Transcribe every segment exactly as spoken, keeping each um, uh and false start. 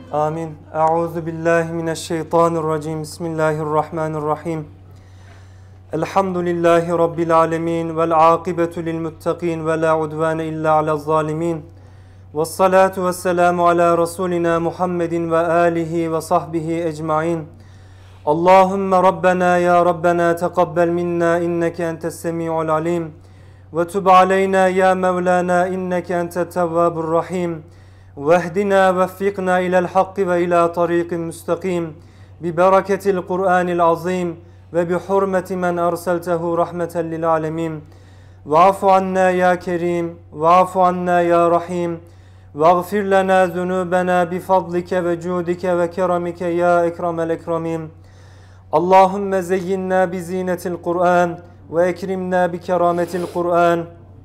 Amin. Euzu billahi mineşşeytanirracim. Bismillahirrahmanirrahim. Elhamdülillahi rabbil alamin vel akibetu lil muttaqin ve la udvane illa alel zalimin. Ves salatu vesselamu ala rasulina Muhammedin ve alihi ve sahbihi ecmaîn. Allahumme Rabbena ya Rabbena tekabbel minna inneke entes semiul alim ve tub aleyna ya Mevlana inneke entet tevvabur rahim. Vehdina veffikna ilel hakki ve ila tariqin müstakim bi bereketil Kur'anil azim ve bi hurmeti men erseltehu rahmeten lil alemin. Va'fu anna ya kerim, va'fu anna ya rahim, vagfir lana zunubena bi fadlike ve cudike ve keramike ya ekremel ekremin. Allahümme zeyyinna bi zinetil Kur'an ve ekrimna bi kerametil Kur'an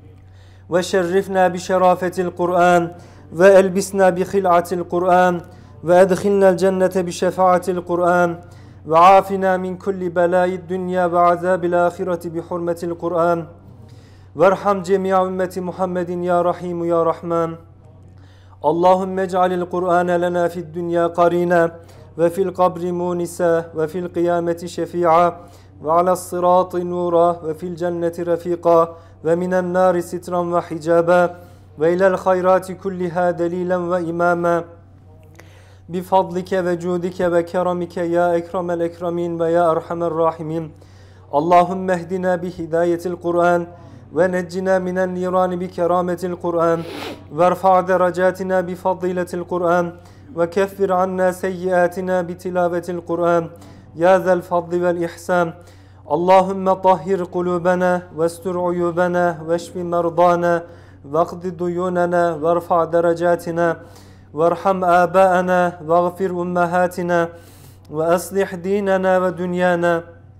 ve şerrifna bi şerafetil Kur'an ve elbisna bi khil'atil Kur'an ve edkhilna'l cennete bi şefaatil Kur'an ve afina min kulli belâid dünya ve azabil ahireti bi hurmetil Kur'an verham cemi'a ümmeti Muhammedin ya Rahimu ya Rahman. Allahümme ec'alil Kur'ane lena fid dünya qarina ve fil kabri munisa ve fil kıyameti şefi'a ve alas sırati nura ve fil cenneti refika ve minen nari sitran ve hicaba ve ilel hayrati kulliha delilen ve imama bi fadlike ve cudike ve keramike ya ekremel ekremin ve ya erhamer rahimin. Allahümme ehdina bi hidayetil Kur'an ve neccina minen nirani bi kerametil Kur'an ve erfa' derecatina bi fadiletil Kur'an ve keffir anna seyyiatina bi tilavetil Kur'an ya zel fadli vel ihsan. Allahümme tahhir kulubena ve estur uyubena ve şfi merdana vaqdi duyunana verfa derecatina verham abaana veğfir ummahatina ve aslih dinana ve dünyana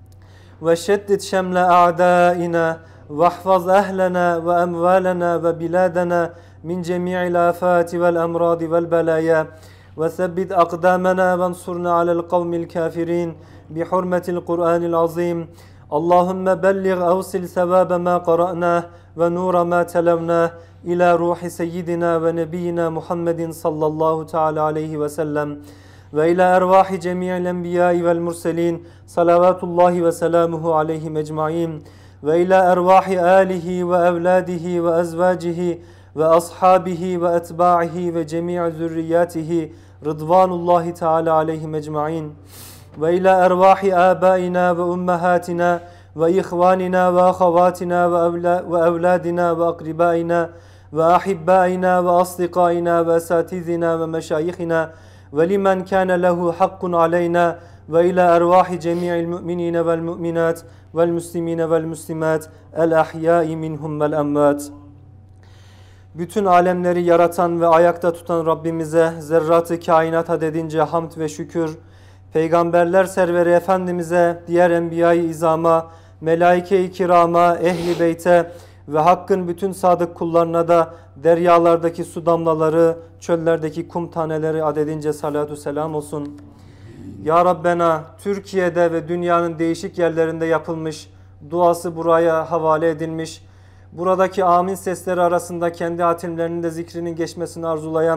ve şeddit şemle a'daina vahfaz ehlena ve emvalena ve biladana min cemi'il afati vel emradi vel belaya ve sebbit akdamana ve ansurna alel kavmil kafirin bi hurmetil Kur'anil azim. Allahümme bellig evsil sevabe ma qara'nah ve nura ma televnah ila ruhi seyyidina ve nebiyyina Muhammedin sallallahu teala aleyhi ve sellem ve ila ervahi cemi'il enbiyai vel murselin salavatullahi ve selamuhu aleyhim ecmaîn ve ila ervahi alihi ve evladihi ve ezvacihi ve ashabihi ve etba'ihi ve cemi'i zürriyatihi rıdvanullahi teala aleyhim ecmaîn ve ila ervahi abaina ve ummahatina ve ihvanina ve ahavatina ve evladina ve akribaina ve ahibbaina ve asdikaina ve esatizina ve meşayihina ve limen kâne lehu hakkun aleyna ve ila ervahi cemi'il müminine vel müminat vel müslimine vel müslimat el ahyai minhum vel emvat. Bütün alemleri yaratan ve ayakta tutan Rabbimize zerratı kainat adedince hamd ve şükür, Peygamberler serveri Efendimiz'e, diğer enbiya-i izama, melaike-i kirama, ehli beyte ve Hakk'ın bütün sadık kullarına da deryalardaki su damlaları, çöllerdeki kum taneleri adedince salatu selam olsun. Ya Rabbena, Türkiye'de ve dünyanın değişik yerlerinde yapılmış, duası buraya havale edilmiş, buradaki amin sesleri arasında kendi hatimlerinin de zikrinin geçmesini arzulayan,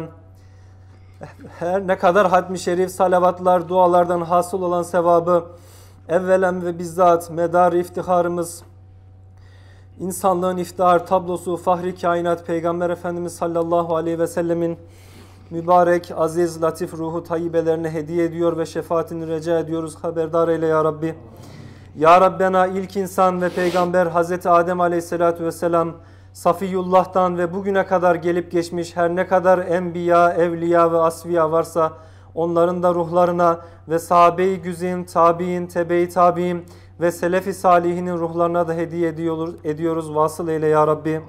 her ne kadar hatmi şerif, salavatlar, dualardan hasıl olan sevabı evvelen ve bizzat medar-ı iftiharımız, insanlığın iftihar tablosu, fahri kainat Peygamber Efendimiz sallallahu aleyhi ve sellemin mübarek, aziz, latif ruhu tayyibelerine hediye ediyor ve şefaatini rica ediyoruz. Haberdar eyle ya Rabbi. Ya Rabbena, ilk insan ve peygamber Hazreti Adem aleyhissalatü vesselam Safiyullah'tan ve bugüne kadar gelip geçmiş her ne kadar enbiya, evliya ve asfiya varsa onların da ruhlarına ve sahabe-i güzin, tabi'in, tebe-i tabi'in ve selefi salihinin ruhlarına da hediye ediyoruz, ediyoruz. Vasıl eyle ya Rabbi.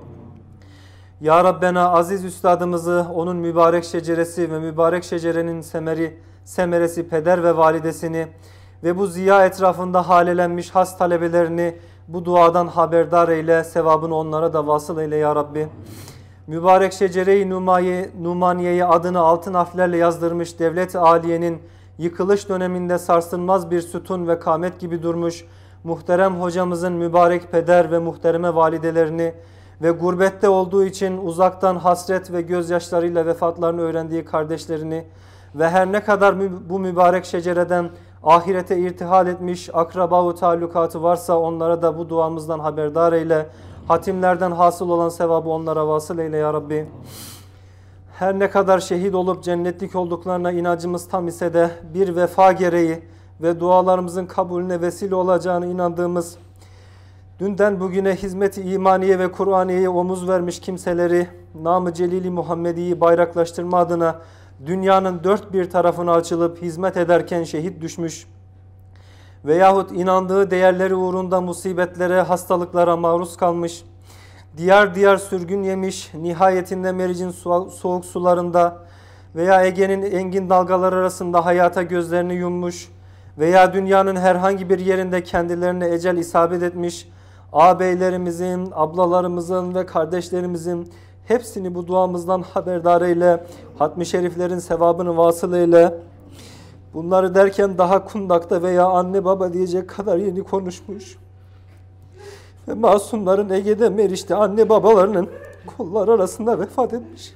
Ya Rabbena, aziz üstadımızı, onun mübarek şeceresi ve mübarek şecerenin semeri, semeresi peder ve validesini ve bu ziya etrafında halelenmiş has talebelerini bu duadan haberdar eyle, sevabını onlara da vasıl eyle ya Rabbi. Mübarek şecere-i Numaniye'ye adını altın harflerle yazdırmış devlet-i aliyenin yıkılış döneminde sarsılmaz bir sütun ve kâmet gibi durmuş muhterem hocamızın mübarek peder ve muhtereme validelerini ve gurbette olduğu için uzaktan hasret ve gözyaşlarıyla vefatlarını öğrendiği kardeşlerini ve her ne kadar bu mübarek şecereden ahirete irtihal etmiş akraba-u talukatı varsa onlara da bu duamızdan haberdar eyle. Hatimlerden hasıl olan sevabı onlara vasıl eyle ya Rabbi. Her ne kadar şehit olup cennetlik olduklarına inancımız tam ise de bir vefa gereği ve dualarımızın kabulüne vesile olacağını inandığımız, dünden bugüne hizmet-i imaniye ve Kur'aniye'ye omuz vermiş kimseleri nam-ı celili Muhammedi'yi bayraklaştırma adına dünyanın dört bir tarafına açılıp hizmet ederken şehit düşmüş veyahut inandığı değerleri uğrunda musibetlere, hastalıklara maruz kalmış, diyar diyar sürgün yemiş, nihayetinde Meriç'in soğuk sularında veya Ege'nin engin dalgalar arasında hayata gözlerini yummuş veya dünyanın herhangi bir yerinde kendilerine ecel isabet etmiş ağabeylerimizin, ablalarımızın ve kardeşlerimizin hepsini bu duamızdan haberdar eyle, hatmi şeriflerin sevabını vasıl eyle. Bunları derken daha kundakta veya anne baba diyecek kadar yeni konuşmuş. Ve masumların Ege'de, Meriç'te anne babalarının kolları arasında vefat etmiş.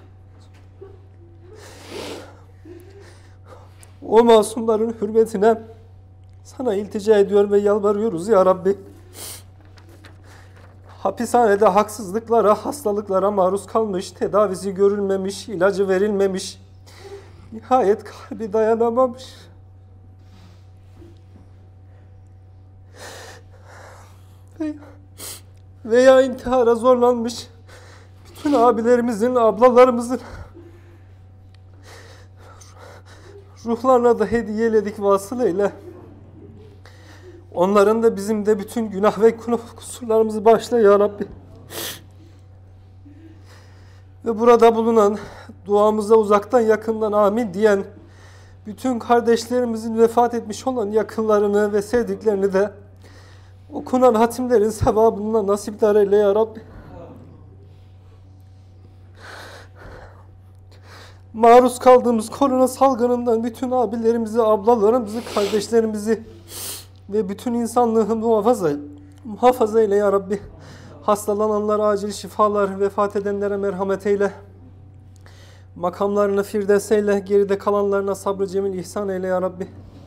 O masumların hürmetine sana iltica ediyor ve yalvarıyoruz ya Rabbi. Hapishanede haksızlıklara, hastalıklara maruz kalmış, tedavisi görülmemiş, ilacı verilmemiş, nihayet kalbi dayanamamış. Veya, veya intihara zorlanmış bütün abilerimizin, ablalarımızın ruhlarına da hediyeledik, vasıl eyle. Onların da bizim de bütün günah ve kusurlarımızı bağışla ya Rabbi. Ve burada bulunan, duamıza uzaktan yakından amin diyen bütün kardeşlerimizin vefat etmiş olan yakınlarını ve sevdiklerini de okunan hatimlerin sevabından nasipdar eyle ya Rabbi. Maruz kaldığımız korona salgınından bütün abilerimizi, ablalarımızı, kardeşlerimizi ve bütün insanlığı muhafaza, muhafaza eyle ya Rabbi. Hastalananlara acil şifalar, vefat edenlere merhamet eyle. Makamlarını firdevs eyle, geride kalanlarına sabrı cemil ihsan eyle ya Rabbi.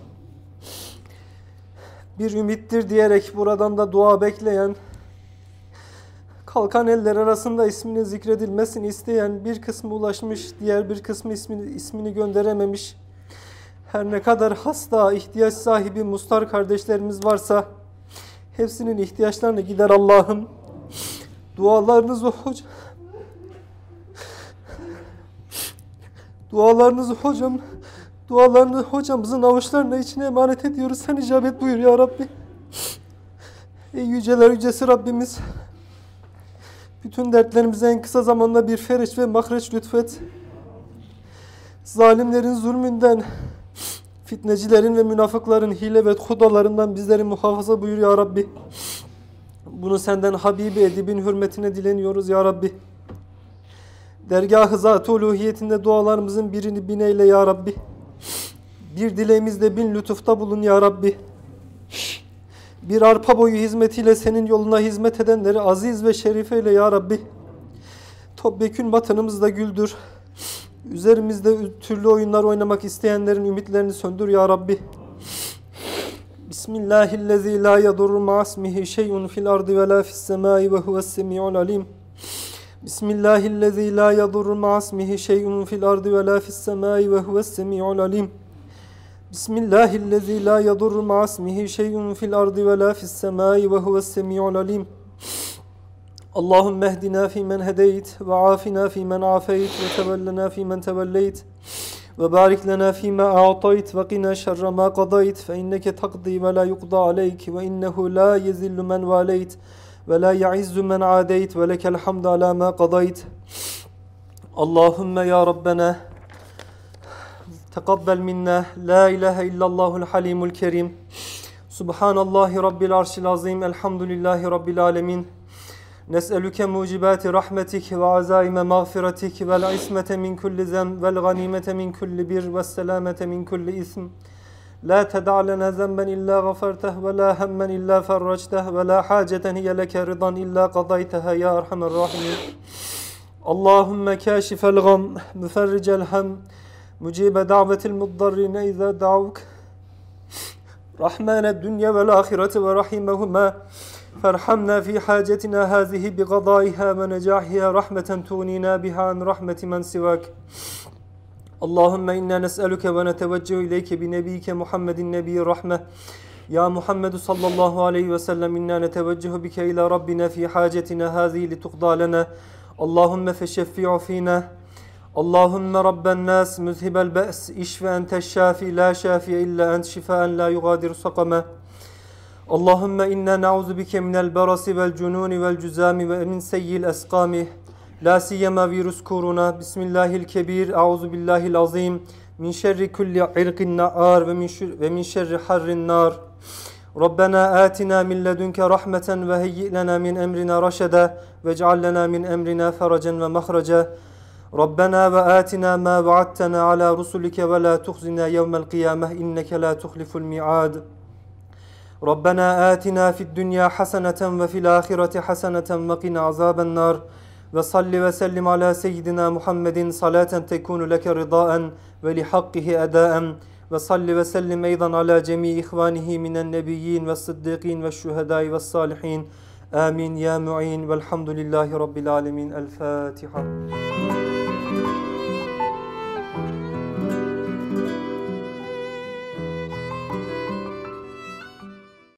Bir ümittir diyerek buradan da dua bekleyen, kalkan eller arasında ismini zikredilmesini isteyen bir kısmı ulaşmış, diğer bir kısmı ismini, ismini gönderememiş. Her ne kadar hasta, ihtiyaç sahibi mustar kardeşlerimiz varsa hepsinin ihtiyaçlarını gider Allah'ım. Dualarınızı hocam, dualarınızı hocam, dualarını hocamızın avuçlarına içine emanet ediyoruz. Sen icabet buyur ya Rabbi. Ey yüceler yücesi Rabbimiz, bütün dertlerimize en kısa zamanda bir fereç ve mahreç lütfet. Zalimlerin zulmünden, fitnecilerin ve münafıkların hile ve hudalarından bizleri muhafaza buyur ya Rabbi. Bunu senden Habibi Edib'in hürmetine dileniyoruz ya Rabbi. Dergâh-ı Zat-ı Uluhiyetinde dualarımızın birini bin eyle ya Rabbi. Bir dileğimizde bin lütufta bulun ya Rabbi. Bir arpa boyu hizmetiyle senin yoluna hizmet edenleri aziz ve şerif eyle ya Rabbi. Topyekün vatanımızda güldür. Üzerimizde türlü oyunlar oynamak isteyenlerin ümitlerini söndür ya Rabbi. Bismillahillezî lâ yadurru ma'asmihi şey'un fil ardı ve lâ fissemâi ve huves-semî'ul alîm. Bismillahillezî lâ yadurru ma'asmihi şey'un fil ardı ve lâ fissemâi ve huves-semî'ul alîm. Bismillahillezî lâ yadurru ma'asmihi şey'un fil ardı ve lâ fissemâi ve huves-semî'ul alîm. Allahümme ehdina fîmen hedeyt ve afina fîmen afeyt ve tevellena fîmen tevelleyt ve barik lena fîmâ a'tayt ve qina şerre mâ qadayt fe inneke takdî ve lâ yuqdâ aleyk ve innehu lâ yezillu men valeyt ve lâ ya'izzu men âdeyt ve lekel hamd alâ mâ qadayt. Allahümme ya Rabbena tekabbel minna la ilahe illallahul halimul kerim. Subhanallahi rabbil arşil azim. Elhamdülillahi rabbil alemin. Nes'elüke mucibati rahmetik ve azaime mağfiretik vel ismete min kulli zem vel ganimete min kulli bir ve selamete min kulli ism. La ted'a lena zemben illa gafarteh ve la hemmen illa ferracteh ve la haceten hiye leke ridan illa qadayteha ya erhamer rahimin. Allahümme kâşifel gam, müferricel hem, مجيب دعوة المضطرين إذا دعوك رحمن الدنيا والآخرة ورحمهما فارحمنا في حاجتنا هذه بقضائها ونجاحها رحمة تغنينا بها عن رحمة من سواك اللهم إنا نسألك ونتوجه إليك بنبيك محمد النبي الرحمة يا محمد صلى الله عليه وسلم إنا نتوجه بك إلى ربنا في حاجتنا هذه لتقضى لنا اللهم فشفع فينا اللهم رب الناس مذهب البأس اشف أنت الشافي لا شافي إلا أنت شفاء لا يغادر سقما اللهم إنا نعوذ بك من البرص والجنون والجزام ومن سيء الأسقام لا سيما فيروس كورونا بسم الله الكبير أعوذ بالله العظيم من شر كل عرق نار ومن شر, ومن شر حر النار ربنا آتنا من لدنك رحمة وهيئ لنا من أمرنا رشدا واجعل لنا من أمرنا فرجا ومخرجا ربنا وآتنا ما وعدتنا على رسلك ولا تخزنا يوم القيامة إنك لا تخلف الميعاد ربنا آتنا في الدنيا حسنة وفي الآخرة حسنة وقنا عذاب النار وصل وسلم على سيدنا محمد صلاة تكون لك رضاء ولحقه أداء وصل وسلم أيضا على جميع إخوانه من النبيين والصديقين والشهداء والصالحين آمين يا معين والحمد لله رب العالمين الفاتحة